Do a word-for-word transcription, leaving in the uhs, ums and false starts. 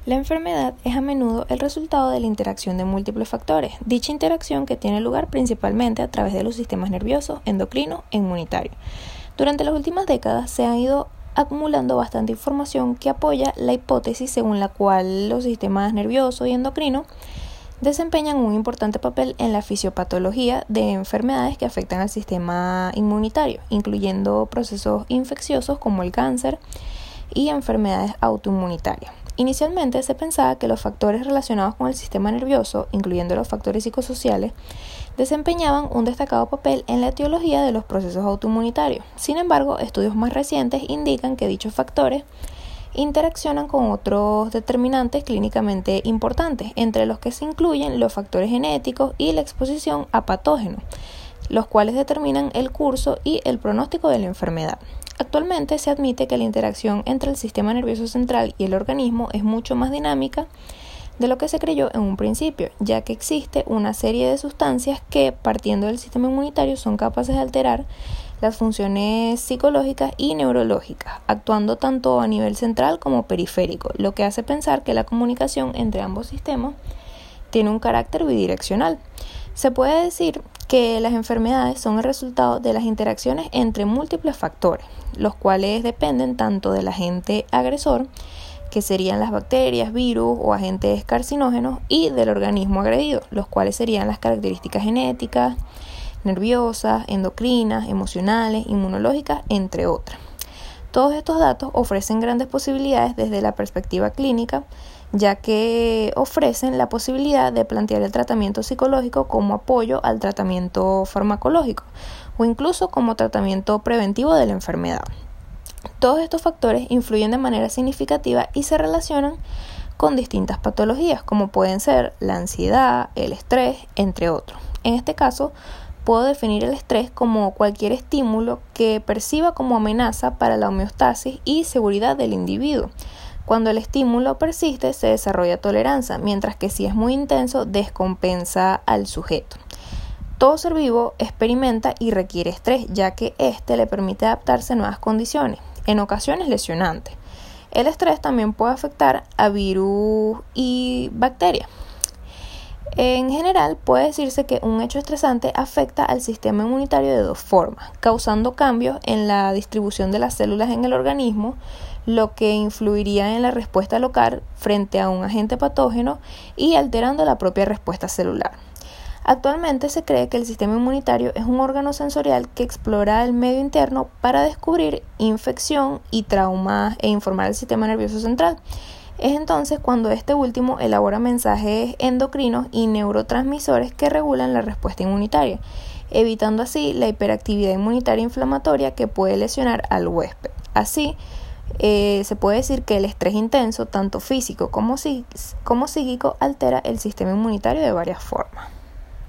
La enfermedad es a menudo el resultado de la interacción de múltiples factores, dicha interacción que tiene lugar principalmente a través de los sistemas nervioso, endocrino e inmunitario. Durante las últimas décadas se ha ido acumulando bastante información que apoya la hipótesis según la cual los sistemas nervioso y endocrino desempeñan un importante papel en la fisiopatología de enfermedades que afectan al sistema inmunitario, incluyendo procesos infecciosos como el cáncer y enfermedades autoinmunitarias. Inicialmente se pensaba que los factores relacionados con el sistema nervioso, incluyendo los factores psicosociales, desempeñaban un destacado papel en la etiología de los procesos autoinmunitarios. Sin embargo, estudios más recientes indican que dichos factores interaccionan con otros determinantes clínicamente importantes, entre los que se incluyen los factores genéticos y la exposición a patógenos, los cuales determinan el curso y el pronóstico de la enfermedad. Actualmente se admite que la interacción entre el sistema nervioso central y el organismo es mucho más dinámica de lo que se creyó en un principio, ya que existe una serie de sustancias que, partiendo del sistema inmunitario, son capaces de alterar las funciones psicológicas y neurológicas, actuando tanto a nivel central como periférico, lo que hace pensar que la comunicación entre ambos sistemas tiene un carácter bidireccional. Se puede decir que las enfermedades son el resultado de las interacciones entre múltiples factores, los cuales dependen tanto del agente agresor, que serían las bacterias, virus o agentes carcinógenos, y del organismo agredido, los cuales serían las características genéticas, nerviosas, endocrinas, emocionales, inmunológicas, entre otras. Todos estos datos ofrecen grandes posibilidades desde la perspectiva clínica, ya que ofrecen la posibilidad de plantear el tratamiento psicológico como apoyo al tratamiento farmacológico o incluso como tratamiento preventivo de la enfermedad. Todos estos factores influyen de manera significativa y se relacionan con distintas patologías, como pueden ser la ansiedad, el estrés, entre otros. En este caso, puedo definir el estrés como cualquier estímulo que perciba como amenaza para la homeostasis y seguridad del individuo. Cuando el estímulo persiste, se desarrolla tolerancia, mientras que si es muy intenso, descompensa al sujeto. Todo ser vivo experimenta y requiere estrés, ya que éste le permite adaptarse a nuevas condiciones, en ocasiones lesionantes. El estrés también puede afectar a virus y bacterias. En general, puede decirse que un hecho estresante afecta al sistema inmunitario de dos formas, causando cambios en la distribución de las células en el organismo, lo que influiría en la respuesta local frente a un agente patógeno y alterando la propia respuesta celular. Actualmente se cree que el sistema inmunitario es un órgano sensorial que explora el medio interno para descubrir infección y traumas e informar al sistema nervioso central. Es entonces cuando este último elabora mensajes endocrinos y neurotransmisores que regulan la respuesta inmunitaria, evitando así la hiperactividad inmunitaria inflamatoria que puede lesionar al huésped. Así, eh, se puede decir que el estrés intenso, tanto físico como, como psíquico, altera el sistema inmunitario de varias formas.